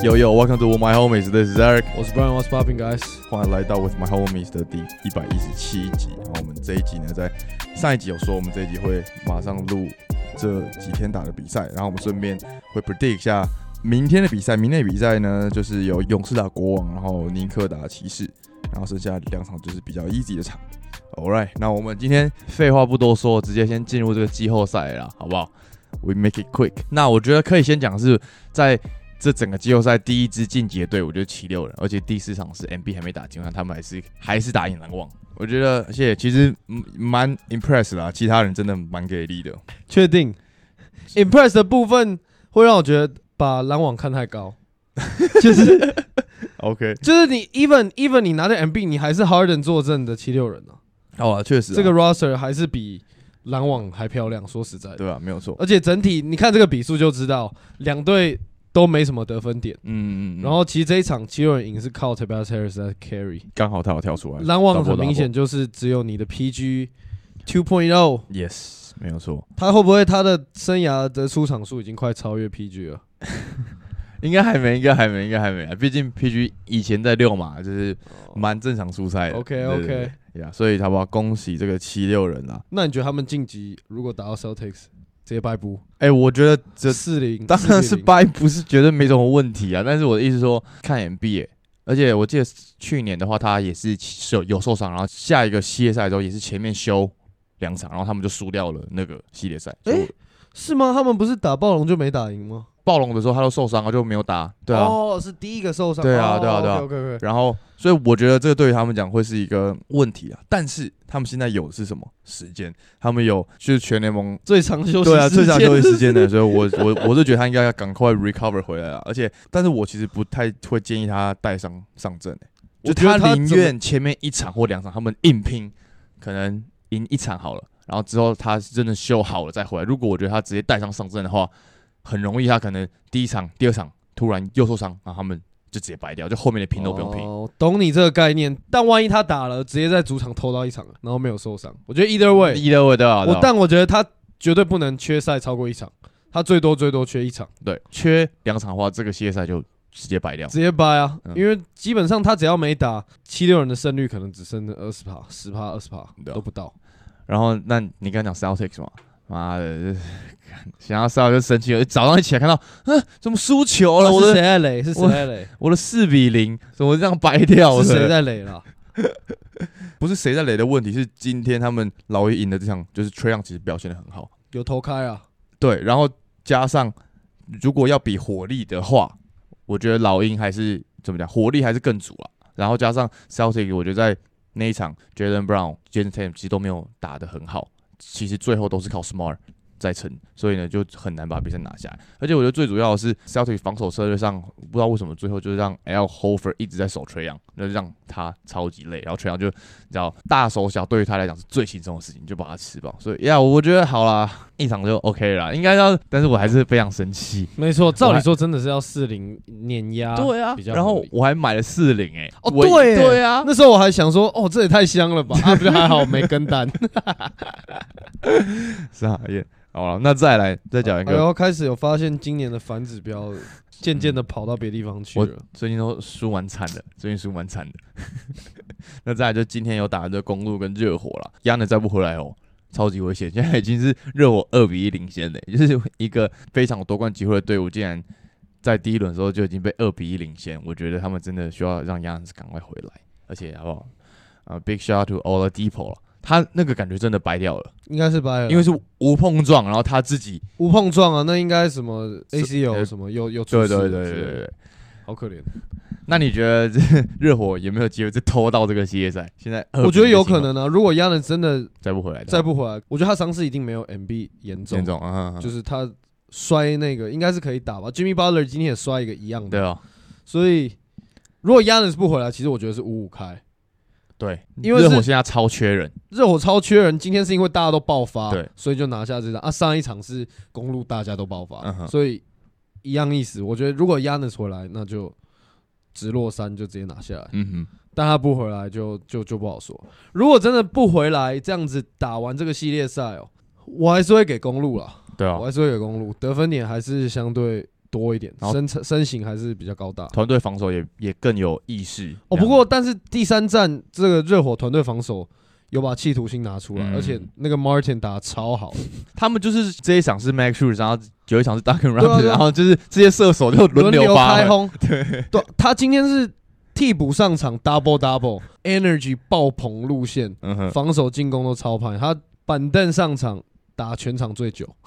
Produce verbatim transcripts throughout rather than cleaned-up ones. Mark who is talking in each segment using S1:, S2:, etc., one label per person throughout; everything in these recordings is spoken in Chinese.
S1: Yo yo, welcome to my homies. This is Eric.
S2: 我是 Brian. What's popping, guys?
S1: 欢迎来到 With My Homies 的第一百一十七集。然后我们这一集呢，在上一集有说，我们这一集会马上录这几天打的比赛，然后我们顺便会 predict 一下明天的比赛。明天的比赛呢，就是有勇士打国王，然后尼克打骑士，然后剩下两场就是比较 easy 的场。Alright， 那我们今天废话不多说，直接先进入这个季后赛了，好不好 ？We make it quick。那我觉得可以先讲的是在这整个季后赛第一支晋级的队伍就是七六人，而且第四场是 M B 还没打进，他们还是还是打赢篮网。我觉得，而且其实蛮 impressed 啦，其他人真的蛮给力的。
S2: 确定 impress 的部分会让我觉得把篮网看太高，就是
S1: OK，
S2: 就是你 even even 你拿着 M B， 你还是 Harden 坐镇的七六人啊。
S1: 哦，确实、啊，
S2: 这个 roster 还是比篮网还漂亮，说实在的，
S1: 对啊，没有错。
S2: 而且整体你看这个比数就知道，两队都没什么得分点。嗯嗯嗯。然后其实这一场七六人赢是靠 Tobias Harris 在 carry，
S1: 刚好他有跳出来。
S2: 篮网很明显就是只有你的 P G 二点零
S1: ，yes， 没有错。
S2: 他会不会他的生涯的出场数已经快超越 P G 了？
S1: 应该还没，应该还没，应该还没。毕竟 P G 以前在六嘛，就是蛮正常出赛的。
S2: OK OK，
S1: 呀， yeah, 所以好不好？恭喜这个七六人啦。
S2: 那你觉得他们晋级如果打到 Celtics， 直接败不？
S1: 哎、欸，我觉得这
S2: 四零
S1: 当然是败，不是绝对没什么问题啊。但是我的意思是说，看 M B 欸，而且我记得去年的话，他也是有有受伤，然后下一个系列赛的时候也是前面休两场，然后他们就输掉了那个系列赛。哎、欸，
S2: 是吗？他们不是打暴龙就没打赢吗？
S1: 暴龙的时候他都受伤了，就没有打。对啊，
S2: 哦，是第一个受伤。
S1: 对啊，对啊，对啊。
S2: 哦、okay, okay, okay.
S1: 然后，所以我觉得这个对于他们讲会是一个问题啊。但是他们现在有的是什么时间？他们有就是全联盟
S2: 最长休息时间，
S1: 对啊，最长休息时间的。所以我我我是觉得他应该要赶快 recover 回来啊。而且，但是我其实不太会建议他带伤上阵、欸，就他宁愿前面一场或两场他们硬拼，可能赢一场好了，然后之后他真的修好了再回来。如果我觉得他直接带伤上阵的话，很容易他可能第一场、第二场突然又受伤，然后他们就直接白掉，就后面的拼都不用拼。
S2: 哦，懂你这个概念，但万一他打了，直接在主场偷到一场，然后没有受伤，我觉得 either way，either
S1: way 对啊。
S2: 我但我觉得他绝对不能缺赛超过一场，他最多最多缺一场。
S1: 对，缺两场的话，这个系列赛就直接白掉，
S2: 直接掰啊、嗯！因为基本上他只要没打，七六人的胜率可能只剩二十趴、十趴、二十趴都不到。
S1: 然后，那你刚刚讲 Celtics 嘛？妈的，想要烧就生气了。早上一起来看到，啊，怎么输球了？
S2: 我的谁在垒？是谁在垒？
S1: 我的四比零，怎么这样白掉？
S2: 是谁在垒了？
S1: 不是谁在垒的问题，是今天他们老鹰赢的这场，就是 Trae Young 其实表现得很好，
S2: 有投开啊。
S1: 对，然后加上如果要比火力的话，我觉得老鹰还是怎么讲，火力还是更足啊。然后加上 Celtics， 我觉得在那一场 Jaylen Brown、Jason Tatum 其实都没有打得很好。其实最后都是靠 Smart 在撑，所以呢就很难把比赛拿下来。而且我觉得最主要的是 Celtics 防守策略上，不知道为什么最后就是让 Al Horford 一直在守 Trae Young， 就让他超级累。然后 Trae Young 就你知道大手小对于他来讲是最轻松的事情，就把他吃饱。所以呀， yeah, 我觉得好啦，一场就 OK 了啦，应该要，但是我还是非常生气。
S2: 没错，照理说真的是要四零碾压，
S1: 对啊，然后我还买了四零哎，
S2: 哦对
S1: 对啊，
S2: 那时候我还想说，哦这也太香了吧，啊不就还好没跟单，
S1: 傻眼。好了，那再来再讲一个，
S2: 然后开始有发现今年的反指标渐渐的跑到别地方去了。
S1: 我最近都输蛮惨的，最近输蛮惨的。那再来就今天有打这公鹿跟热火了，亚能再不回来哦，超级危险。现在已经是热火二比一领先了，就是一个非常有夺冠机会的队伍，竟然在第一轮的时候就已经被二比一领先。我觉得他们真的需要让亚能赶快回来，而且好不好？啊 ，Big shout out to Oladipo 了。他那个感觉真的白掉了，
S2: 应该是白了，
S1: 因为是无碰撞，然后他自己
S2: 无碰撞啊，那应该什么 A C L 什么有有出事，
S1: 对对对对对对，
S2: 好可怜。
S1: 那你觉得热火有没有机会再拖到这个系列赛？现在
S2: 我觉得有可能啊，如果亚能真的
S1: 再不回来，
S2: 再不回来，我觉得他伤势一定没有 M B 严重，
S1: 严重啊，
S2: 就是他摔那个应该是可以打吧。Jimmy Butler 今天也摔一个一样的，
S1: 对啊，
S2: 所以如果亚能不回来，其实我觉得是五五开。
S1: 对，因为热火现在超缺人，
S2: 热火超缺人。今天是因为大家都爆发，
S1: 对，
S2: 所以就拿下这场啊。上一场是公鹿大家都爆发，
S1: 嗯、
S2: 所以一样意思。我觉得如果 Giannis 回来，那就直落三就直接拿下来。
S1: 嗯哼，
S2: 但他不回来就就就不好说。如果真的不回来，这样子打完这个系列赛哦，我还是会给公鹿啦。
S1: 对啊，
S2: 我还是会给公鹿得分点，还是相对多一点，身身形还是比较高大，
S1: 团队防守也也更有意识。
S2: 哦，不过但是第三战这个热火团队防守有把企图心拿出来，嗯、而且那个 Martin 打得超好。
S1: 他们就是这一场是 Max Strus， 然后有一场是 Duncan Robinson，、啊、然后就是这些射手就轮流
S2: 开轰。
S1: 对，
S2: 对，他今天是替补上场 double double，energy 爆棚路线，嗯、防守进攻都超派。他板凳上场打全场最久。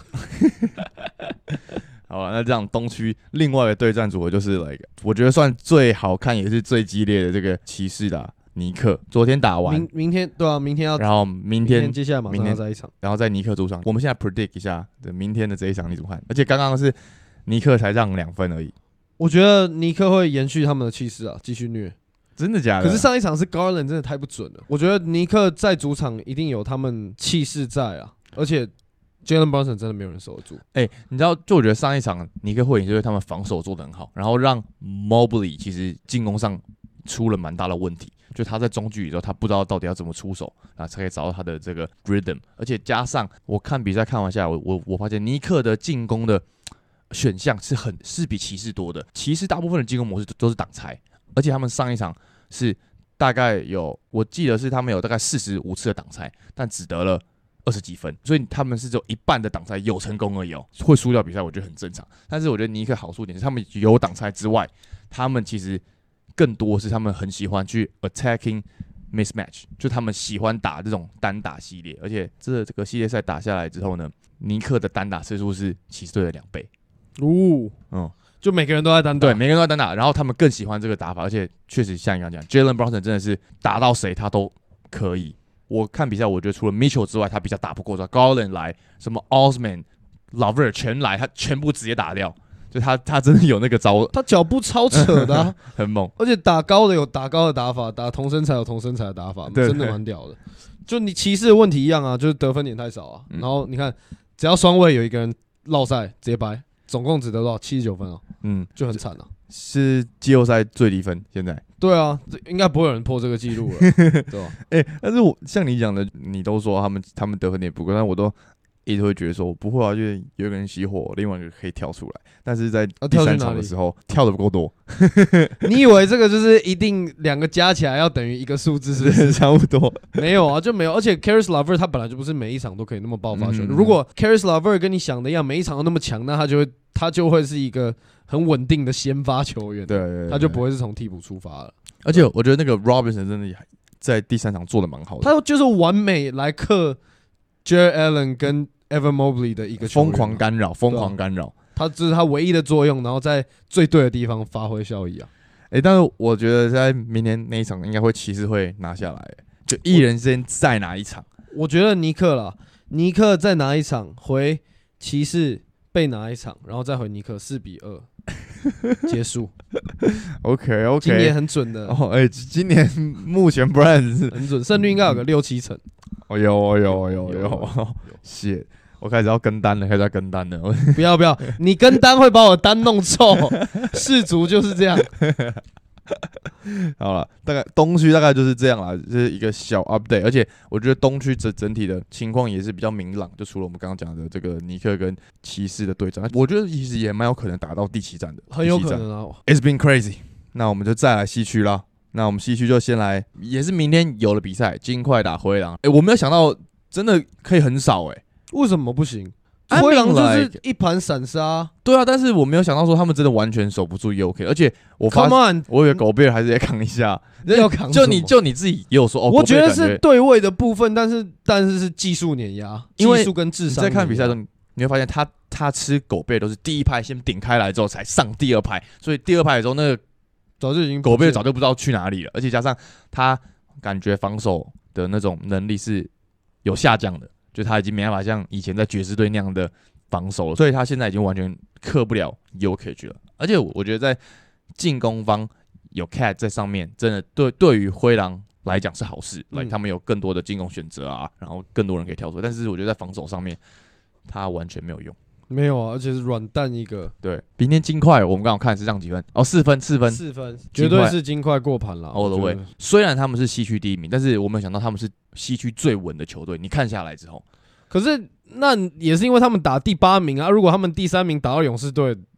S1: 好了，那这样东区另外一个对战组合就是 like 我觉得算最好看也是最激烈的这个骑士的尼克，昨天打完，
S2: 明明天对啊，明天要，
S1: 然后明天,
S2: 明天接下来马上要在一场，
S1: 然后在尼克主场，我们现在 predict 一下明天的这一场你怎么看？而且刚刚是尼克才让两分而已，
S2: 我觉得尼克会延续他们的气势啊，继续虐。
S1: 真的假的？
S2: 可是上一场是 Garland 真的太不准了，我觉得尼克在主场一定有他们气势在啊，而且。Jalen Brunson 真的没有人守得住。
S1: 哎、欸，你知道，就我觉得上一场尼克会赢，是因为他们防守做得很好，然后让 Mobley 其实进攻上出了蛮大的问题。就他在中距离之后，他不知道到底要怎么出手，啊，才可以找到他的这个 rhythm。而且加上我看比赛看完下来，我我我发现尼克的进攻的选项是很是比骑士多的。骑士大部分的进攻模式都是挡拆，而且他们上一场是大概有，我记得是他们有大概四十五次的挡拆，但只得了二十几分，所以他们是只有一半的挡拆有成功而已哦，会输掉比赛我觉得很正常。但是我觉得尼克好处点是，他们有挡拆之外，他们其实更多是他们很喜欢去 attacking mismatch， 就他们喜欢打这种单打系列，而且这这个系列赛打下来之后呢，尼克的单打次数是骑士队的两倍。
S2: 哦，嗯，就每个人都在单打，
S1: 对，每个人都在单打，然后他们更喜欢这个打法，而且确实像你刚刚讲 ，Jalen Brunson 真的是打到谁他都可以。我看比赛，我觉得除了 Mitchell 之外，他比较打不过。Garland 来，什么 Osman、Lavert 全来，他全部直接打掉。就他，他真的有那个招，
S2: 他脚步超扯的、啊，
S1: 很猛。
S2: 而且打高的有打高的打法，打同身材有同身材的打法，
S1: 对对
S2: 真的蛮屌的。就你骑士的问题一样啊，就是得分点太少啊。嗯、然后你看，只要双位有一个人落赛，直接掰，总共只得到七十九分哦、啊，嗯，就很惨了、啊。
S1: 是季后赛最低分，现在。
S2: 对啊，应该不会有人破这个记录了，对吧？
S1: 哎、欸，但是我像你讲的，你都说他们他们得分点不够，但我都一直会觉得说不会啊，因为有一个人熄火，另外一个可以跳出来，但是在第三场的时候、啊、跳的不够多。
S2: 你以为这个就是一定两个加起来要等于一个数字，是不是？
S1: 差不多。
S2: 没有啊，就没有。而且 Caris LeVert 他本来就不是每一场都可以那么爆发球、嗯。如果 Caris LeVert 跟你想的一样，每一场都那么强，那他就会他就会是一个很稳定的先发球员，
S1: 对对对对，
S2: 他就不会是从替补出发了。
S1: 而且我觉得那个 Robinson 真的在第三场做的蛮好的，
S2: 他就是完美来克 Jarrett Allen 跟 Evan Mobley 的一个
S1: 疯狂干扰，疯狂干扰，
S2: 他这是他唯一的作用，然后在最对的地方发挥效益啊。
S1: 哎、欸，但是我觉得在明年那一场应该会骑士会拿下来，就一人先再拿一场。
S2: 我觉得尼克啦，尼克再拿一场，回骑士被拿一场，然后再回尼克四比二。结束
S1: ，OK OK，
S2: 今年很准的
S1: 哦，哎、欸，今年目前不然是
S2: 很准，胜率应该有个六七成。
S1: 哦，有哦有哦有有，谢，我开始要跟单了，开始要跟单了。
S2: 不要不要，你跟单会把我单弄臭，世足就是这样。
S1: 好了，大概东区大概就是这样啦，这、就是一个小 update， 而且我觉得东区整整体的情况也是比较明朗，就除了我们刚刚讲的这个尼克跟骑士的对战，我觉得其实也蛮有可能打到第七战的，
S2: 很有可能啊。
S1: It's been crazy。那我们就再来西区啦，那我们西区就先来，也是明天有了比赛，金块打灰狼。哎、欸，我没有想到真的可以很少哎、欸，
S2: 为什么不行？灰狼就是一盘散沙，
S1: 对啊，但是我没有想到说他们真的完全守不住 U K， 而且我发现，我以为狗贝尔还是得扛一下，
S2: 要扛，
S1: 就你就你自己也有说哦，
S2: 我觉得是对位的部分，但是但是是技术碾压，技术跟智商。
S1: 你在看比赛中，你会发现他他吃狗贝都是第一拍先顶开来之后才上第二拍，所以第二拍的时候那个
S2: 早就已经
S1: 狗贝早就不知道去哪里了，而且加上他感觉防守的那种能力是有下降的。就他已经没办法像以前在爵士队那样的防守了，所以他现在已经完全克不了 Jokic 了。而且我觉得在进攻方有 Cat 在上面，真的对对于灰狼来讲是好事，来、嗯、他们有更多的进攻选择啊，然后更多人可以跳出。但是我觉得在防守上面，他完全没有用。
S2: 没有啊，而且是软蛋一个。
S1: 对，明天金块我们刚好看是让几分？哦，四分，四分，
S2: 四分，绝对是金块过盘了。
S1: All the way。虽然他们是西区第一名，但是我没有想到他们是西区最稳的球队。你看下来之后，
S2: 可是那也是因为他们打第八名啊。如果他们第三名打到勇士队，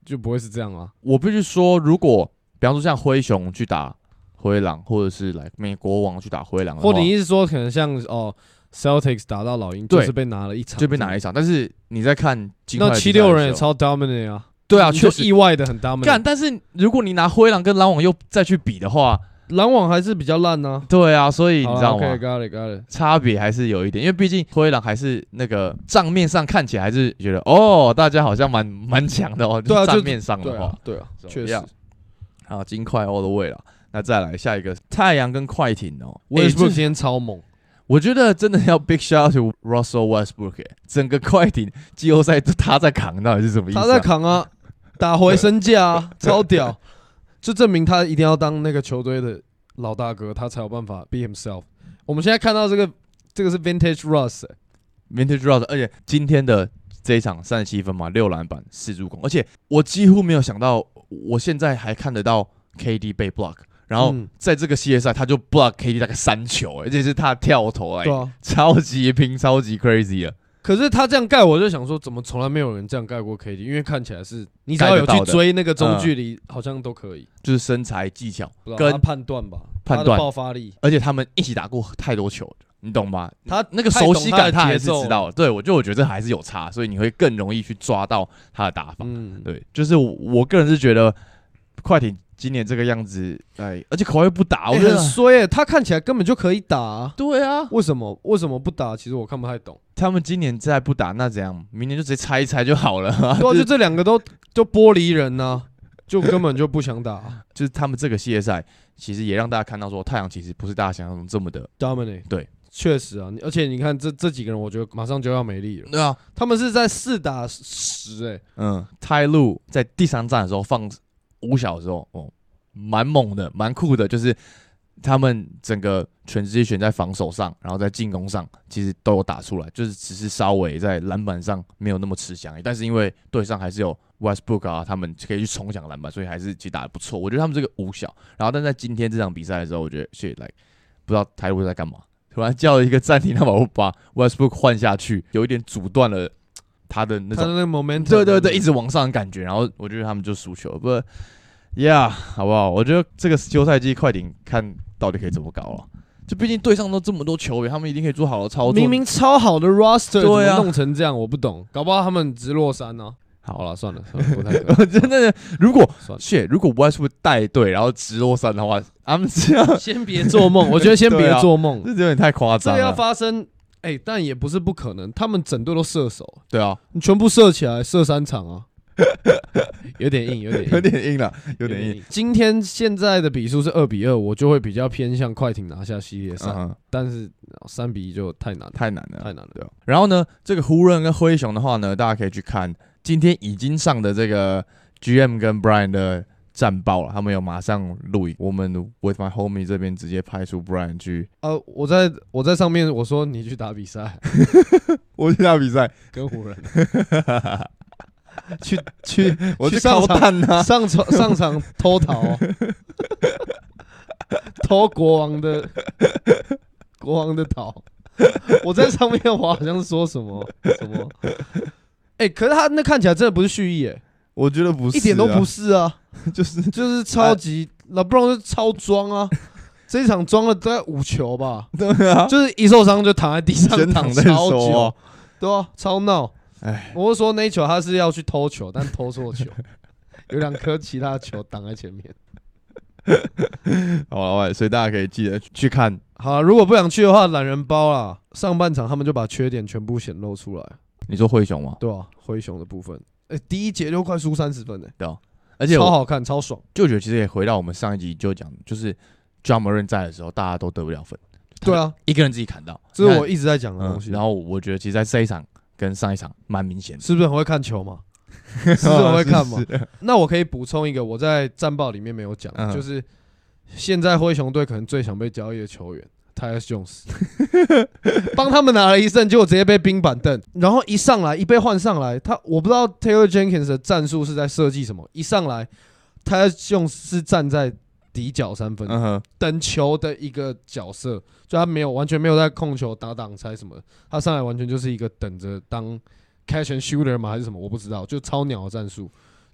S2: 就不会是这样啊。
S1: 我必须说，如果比方说像灰熊去打灰狼，或者是来美国王去打灰狼的话，
S2: 或你意思说可能像哦 Celtics 打到老鹰，就是被拿了一场，
S1: 就被拿了一场。但是你在看金块
S2: 那七六人也超 dominant 啊。
S1: 对啊，确实
S2: 意外的很 dominant。
S1: 干，但是如果你拿灰狼跟篮网又再去比的话，
S2: 篮网还是比较烂呢、啊。
S1: 对啊，所以你知道吗
S2: ？OK， got it, got it。
S1: 差别还是有一点，因为毕竟灰狼还是那个账面上看起来还是觉得哦，大家好像蛮蛮强的哦。
S2: 对啊，
S1: 账面上的话，
S2: 对啊，确实。
S1: 好，金块 all the way 了。那再来下一个太阳跟快艇哦
S2: ，Westbrook 今天超猛。
S1: 我觉得真的要 big shout to Russell Westbrook，、欸、整个快艇季后赛都他在扛，到底是什么意思、啊？
S2: 他在扛啊，打回身价啊，超屌，就证明他一定要当那个球队的老大哥，他才有办法 be himself。我们现在看到这个，这个是 Vintage Russ，Vintage、
S1: 欸、Russ， 而且今天的这一场三十七分嘛，六篮板四助攻，而且我几乎没有想到，我现在还看得到 K D 被 block。然后在这个系列赛，他就 block K D 大概三球，而且是他跳投来，啊、超级拼，超级 crazy 的。
S2: 可是他这样盖，我就想说，怎么从来没有人这样盖过 K D？ 因为看起来是你只要有去追那个中距离，好像都可以。
S1: 就是身材技巧
S2: 跟判断吧，
S1: 判断
S2: 爆发力，
S1: 而且他们一起打过太多球了，你懂吧？他那个熟悉感，他还是知道的。对，我就我觉得这还是有差，所以你会更容易去抓到他的打法。嗯、对，就是我我个人是觉得快艇。今年这个样子，哎，而且口味不打，我觉得、
S2: 欸、很衰耶、欸。他看起来根本就可以打、啊。
S1: 对啊，
S2: 为什么为什么不打？其实我看不太懂。
S1: 他们今年再不打，那怎样？明年就直接拆一拆就好了。
S2: 对啊，就这两个都就玻璃人呐、啊，就根本就不想打、啊。
S1: 就是他们这个系列赛，其实也让大家看到说，太阳其实不是大家想象中这么的
S2: dominate。
S1: 对，
S2: 确实啊，而且你看这这几个人，我觉得马上就要没力了。
S1: 对啊，
S2: 他们是在四打十哎、欸。
S1: 嗯，泰路在第三战的时候放五小的时候，哦。蛮猛的，蛮酷的，就是他们整个全职业选在防守上，然后在进攻上，其实都有打出来，就是只是稍微在篮板上没有那么吃香，但是因为队上还是有 Westbrook 啊，他们可以去冲抢篮板，所以还是其实打得不错。我觉得他们这个五小，然后但在今天这场比赛的时候，我觉得 shit like 不知道台路在干嘛，突然叫了一个暂停，他把 Westbrook 换下去，有一点阻断了他的那种，
S2: 他的那个 momentum，
S1: 对对对，一直往上的感觉，然后我觉得他们就输球了，不。Yeah， 好不好？我觉得这个休赛季快点看到底可以怎么搞了。就毕竟队上都这么多球员，他们一定可以做好的操作。
S2: 明明超好的 roster，
S1: 对啊，
S2: 怎么弄成这样？我不懂，搞不好他们直落山呢、啊。好了，算了，算了，不太
S1: 可真的，如果shit，如果 Westbrook 带队然后直落山的话，他们这样
S2: 先别做梦。我觉得先别做梦，
S1: 这有点太夸张了。
S2: 这要发生，哎、欸，但也不是不可能。他们整队都射手，
S1: 对啊，
S2: 你全部射起来，射三场啊。有点硬，有点硬，
S1: 有点硬了，有点硬。
S2: 今天现在的比数是二比二，我就会比较偏向快艇拿下系列赛，嗯、但是三比一就太难了，
S1: 太难了，
S2: 太难了。
S1: 对。然后呢，这个湖人跟灰熊的话呢，大家可以去看今天已经上的这个 G M 跟 Brian 的战报了，他们有马上录影。我们 With My Homie 这边直接派出 Brian 去。
S2: 呃，我在我在上面我说你去打比赛，
S1: 我去打比赛
S2: 跟湖人。去去，
S1: 我去上场啊！
S2: 上场上场偷桃、哦，偷国王的国王的桃。我在上面，我好像是说什么什么？哎、欸，可是他那看起来真的不是蓄意，哎，
S1: 我觉得不是、啊，
S2: 一点都不是啊，
S1: 就是
S2: 就是超级LeBron是超装啊，这一场装了大概五球吧，
S1: 对啊，
S2: 就是一受伤就躺在地上躺超久，
S1: 哦、
S2: 对啊，超闹。
S1: 哎，
S2: 我是说那一球他是要去偷球，但偷错球，有两颗其他球挡在前面。
S1: 好了，所以大家可以记得去看。
S2: 好啦，如果不想去的话，懒人包啦。上半场他们就把缺点全部显露出来。
S1: 你说灰熊吗？
S2: 对啊，灰熊的部分，哎、欸，第一节就快输三十分呢、欸。
S1: 对啊，而且
S2: 超好看，超爽。
S1: 就觉得其实也回到我们上一集就讲，就是 Ja Morant 在的时候，大家都得不了分。
S2: 对啊，
S1: 一个人自己砍到，
S2: 这是我一直在讲的东西、
S1: 嗯。然后我觉得其实在这一场跟上一场蛮明显的，
S2: 是不是很会看球嘛？是不是很会看嘛？是是那我可以补充一个，我在战报里面没有讲、嗯，就是现在灰熊队可能最想被交易的球员。Tyus Jones 帮他们拿了一胜，结果直接被冰板凳，然后一上来一被换上来，他我不知道 Taylor Jenkins 的战术是在设计什么。一上来 Tyus Jones 是站在底角三分、嗯、等球的一个角色，就他没有完全没有在控球打挡拆什么的，他上来完全就是一个等着当 catch and shooter 吗还是什么我不知道，就超鸟的战术。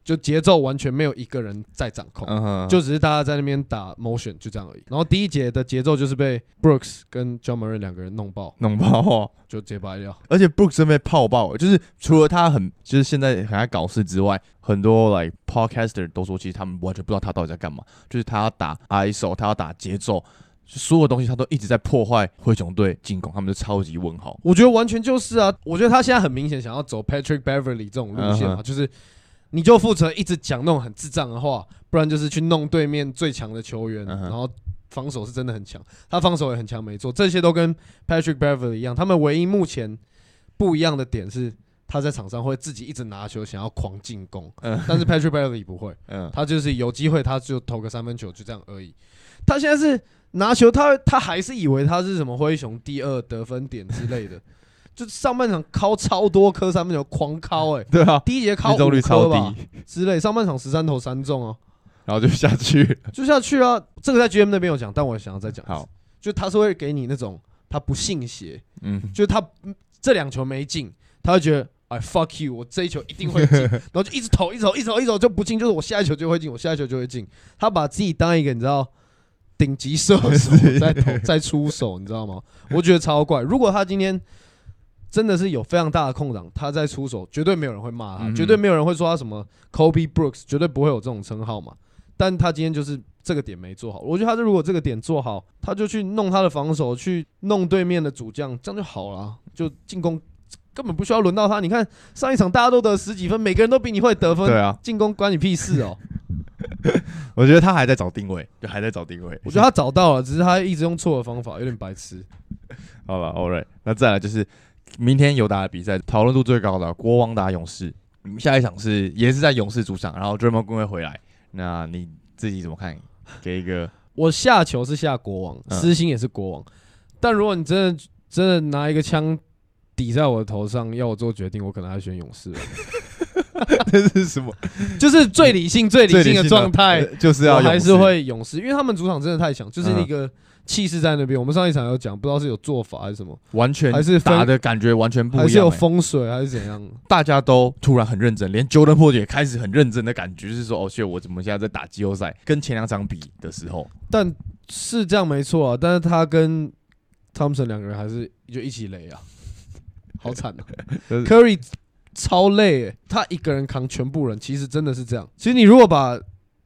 S2: 就节奏完全没有一个人在掌控，
S1: 嗯、
S2: 就只是大家在那边打 motion 就这样而已。然后第一节的节奏就是被 Brooks 跟 Ja Morant 两个人弄爆，
S1: 弄爆、哦，
S2: 就直接掰掉。
S1: 而且 Brooks 被泡爆，就是除了他很就是现在很爱搞事之外，很多 like podcaster 都说，其实他们完全不知道他到底在干嘛，就是他要打 I S O， 他要打节奏。所有东西他都一直在破坏灰熊队进攻，他们就超级问号。
S2: 我觉得完全就是啊，我觉得他现在很明显想要走 Patrick Beverly 这种路线嘛，嗯、就是你就负责一直讲那种很智障的话，不然就是去弄对面最强的球员，嗯、然后防守是真的很强，他防守也很强，没错，这些都跟 Patrick Beverly 一样。他们唯一目前不一样的点是，他在场上会自己一直拿球想要狂进攻，嗯、但是 Patrick Beverly 不会，嗯、他就是有机会他就投个三分球就这样而已。他现在是。拿球他，他他还是以为他是什么灰熊第二得分点之类的，就上半场敲超多颗三分球，狂敲哎、欸，
S1: 对啊，
S2: 第一节敲五颗吧之类，上半场十三投三中哦、啊，
S1: 然后就下去，
S2: 就下去啊。这个在 G M 那边有讲，但我想要再讲。
S1: 好，
S2: 就他是会给你那种他不信邪，
S1: 嗯，
S2: 就是他这两球没进，他会觉得哎 fuck you， 我这一球一定会进，然后就一直投，一直投，一直投，一直投就不进，就是我下一球就会进，我下一球就会进。他把自己当一个你知道。顶级射手在投在出手，你知道吗？我觉得超怪。如果他今天真的是有非常大的空档，他在出手，绝对没有人会骂他，嗯、绝对没有人会说他什么 Kobe Brooks， 绝对不会有这种称号嘛。但他今天就是这个点没做好，我觉得他如果这个点做好，他就去弄他的防守，去弄对面的主将，这样就好了。就进攻根本不需要轮到他。你看上一场大家都得十几分，每个人都比你会得分，
S1: 对啊，
S2: 进攻关你屁事哦。
S1: 我觉得他还在找定位，就还在找定位。
S2: 我觉得他找到了，只是他一直用错的方法，有点白痴。
S1: 好了 ，All right， 那再来就是明天有打的比赛，讨论度最高的国王打勇士，下一场是也是在勇士主场，然后 Draymond Green 会回来。那你自己怎么看？给一个，
S2: 我下球是下国王，私心也是国王，嗯、但如果你真的真的拿一个枪抵在我的头上，要我做决定，我可能还选勇士了。
S1: 这是什么？
S2: 就是最理性、最理性的状态，
S1: 就是要
S2: 我还是会勇士，因为他们主场真的太强，就是那个气势在那边。我们上一场有讲，不知道是有做法还是什么，
S1: 完全还是打的感觉完全不一样、欸，
S2: 还是有风水还是怎样？
S1: 大家都突然很认真，连 Jordan Po 也开始很认真的感觉，就是说，哦，谢我怎么现在在打季后赛，跟前两场比的时候，
S2: 但是这样没错啊。但是他跟 Thompson 两个人还是就一起雷啊，好惨啊 ！Curry。超累欸，他一个人扛全部人，其实真的是这样。其实你如果把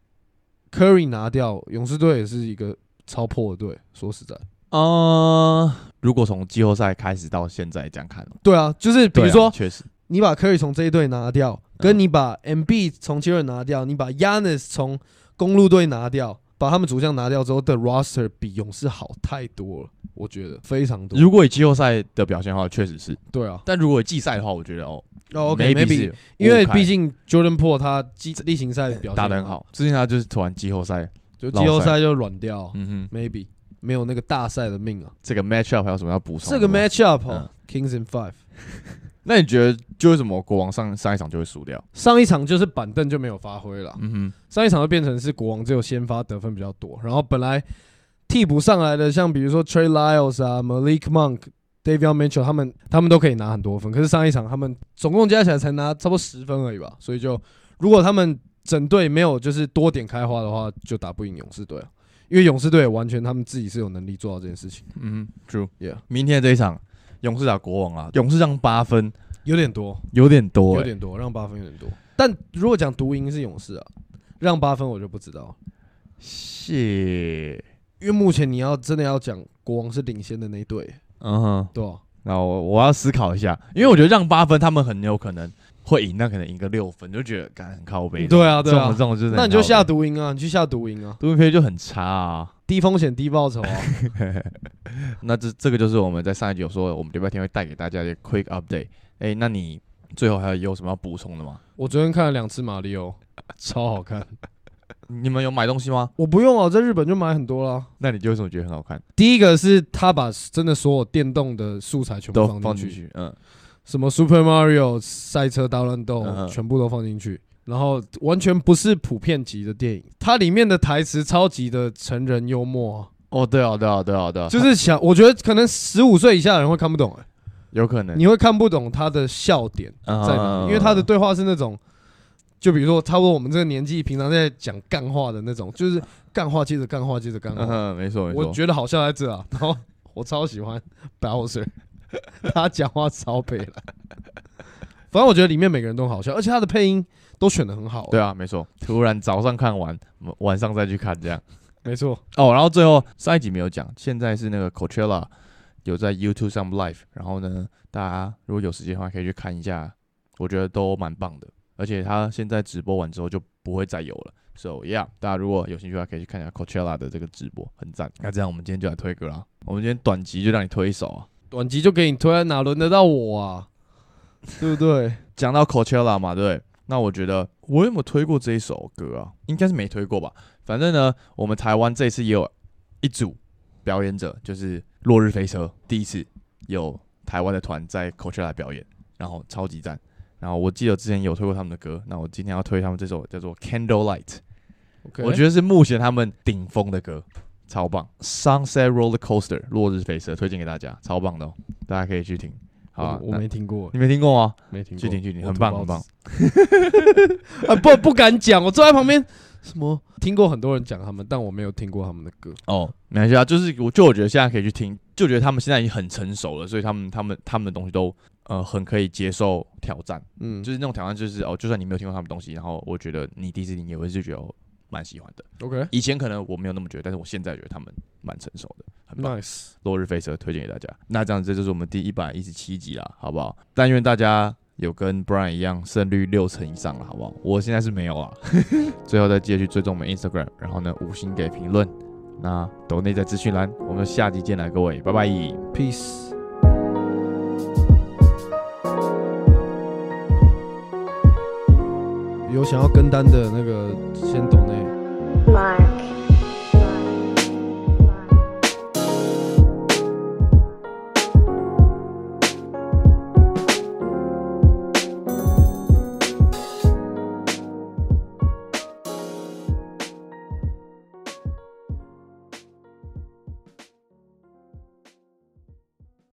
S2: Curry 拿掉，勇士队也是一个超破的队。说实在，
S1: 呃，如果从季后赛开始到现在这样看，
S2: 对啊，就是比如说，
S1: 确实，
S2: 你把 Curry 从这一队拿掉，跟你把 M B 从七人拿掉，你把 Giannis 从公鹿队拿掉，把他们主将拿掉之后的 roster 比勇士好太多了，我觉得非常多。
S1: 如果以季后赛的表现的话，确实是。
S2: 对啊，
S1: 但如果以季赛的话，我觉得哦。
S2: 哦 ，OK，maybe， 因为毕竟 Jordan Po 他例行赛表现
S1: 打得很好，之前他就是突然季后赛，
S2: 就季后赛就软掉，
S1: 嗯哼
S2: ，maybe 没有那个大赛的命啊。
S1: 这个 matchup 还有什么要补充？
S2: 这个 matchup 哦、嗯、，Kings in five。
S1: 那你觉得就为什么国王上上一场就会输掉？
S2: 上一场就是板凳就没有发挥了，
S1: 嗯哼，
S2: 上一场就变成是国王只有先发得分比较多，然后本来替补上来的像比如说 Trey Lyles 啊 ，Malik Monk。Davion Mitchell 他们他们都可以拿很多分，可是上一场他们总共加起来才拿差不多十分而已吧，所以就如果他们整队没有就是多点开花的话，就打不赢勇士队啊，因为勇士队完全他们自己是有能力做到这件事情。
S1: 嗯 ，True，Yeah。
S2: 明
S1: 明天这一场勇士打国王啊，勇士让八分
S2: 有点多，
S1: 有点多、欸，
S2: 有点多，让八分有点多。但如果讲独赢是勇士啊，让八分我就不知道。
S1: 谢，
S2: 因为目前你要真的要讲国王是领先的那一队。
S1: 嗯哼，
S2: 对啊，
S1: 那我我要思考一下，因为我觉得让八分，他们很有可能会赢，那可能赢个六分，就觉得干很靠背。
S2: 对啊，对啊，
S1: 这种这种就是，
S2: 那你就下独赢啊，你去下独赢啊，
S1: 独赢配就很差啊，
S2: 低风险低报酬啊。
S1: 那这这个就是我们在上一集有说，我们礼拜天会带给大家的 quick update。哎、欸，那你最后还有什么要补充的吗？
S2: 我昨天看了两次马里奥，超好看。
S1: 你们有买东西吗？
S2: 我不用啊，我在日本就买很多啦。
S1: 那你为什么觉得很好看？
S2: 第一个是他把真的所有电动的素材全部放进去，
S1: 放进去，嗯，
S2: 什么 Super Mario 赛车大乱斗、嗯、全部都放进去，然后完全不是普遍级的电影，它里面的台词超级的成人幽默啊。
S1: 哦，对啊，对啊，对啊，对啊，
S2: 就是想，我觉得可能十五岁以下的人会看不懂、欸，
S1: 有可能
S2: 你会看不懂他的笑点在哪里，因为他的对话是那种。 就比如说差不多我们这个年纪，平常在讲干话的那种，就是干话接着干话接着干话。
S1: 嗯，没错没错。
S2: 我觉得好笑在这啊，然后我超喜欢 Bowser， 他讲话超北蓝。反正我觉得里面每个人都好笑，而且他的配音都选得很好。
S1: 对啊，没错。突然早上看完，晚上再去看这样。
S2: 没错。
S1: 哦，然后最后上一集没有讲，现在是那个 Coachella 有在 YouTube 上 live， 然后呢，大家如果有时间的话可以去看一下，我觉得都蛮棒的。而且他现在直播完之后就不会再有了 ，so yeah， 大家如果有兴趣的话，可以去看一下 Coachella 的这个直播，很赞。那这样我们今天就来推歌啦。我们今天短集就让你推一首啊，
S2: 短集就给你推，哪轮得到我啊？对不对？
S1: 讲到 Coachella 嘛，对不对？那我觉得我有没有推过这一首歌啊？应该是没推过吧。反正呢，我们台湾这一次也有一组表演者，就是落日飞车，第一次有台湾的团在 Coachella 表演，然后超级赞。然后我记得之前有推过他们的歌，那我今天要推他们这首叫做 Candlelight，okay. 我觉得是目前他们顶峰的歌，超棒。Sunset Roller Coaster 落日飞车推荐给大家，超棒的哦，大家可以去听。好、啊，
S2: 我, 我没听过，
S1: 你没听过吗？
S2: 没听过，
S1: 去听去听，很棒很棒。
S2: 啊不不敢讲，我坐在旁边，什么听过很多人讲他们，但我没有听过他们的歌。
S1: 哦，没关系啊，就是我就我觉得现在可以去听，就觉得他们现在已经很成熟了，所以他们他们他们的东西都呃很可以接受挑战。嗯，就是那种挑战，就是哦，就算你没有听过他们东西，然后我觉得你第一次听也会是觉得蛮喜欢的。
S2: OK，
S1: 以前可能我没有那么觉得，但是我现在觉得他们蛮成熟的，很棒。
S2: Nice，
S1: 落日飞车推荐给大家。那这样子，这就是我们第一百一十七集啦，好不好？但愿大家有跟 Brian 一样胜率六成以上了，好不好？我现在是没有啦。最后再记得去追踪我们 Instagram， 然后呢五星给评论。那抖内在资讯栏，我们下集见啦，各位，拜拜
S2: ，Peace。有想要跟单的那个先抖内。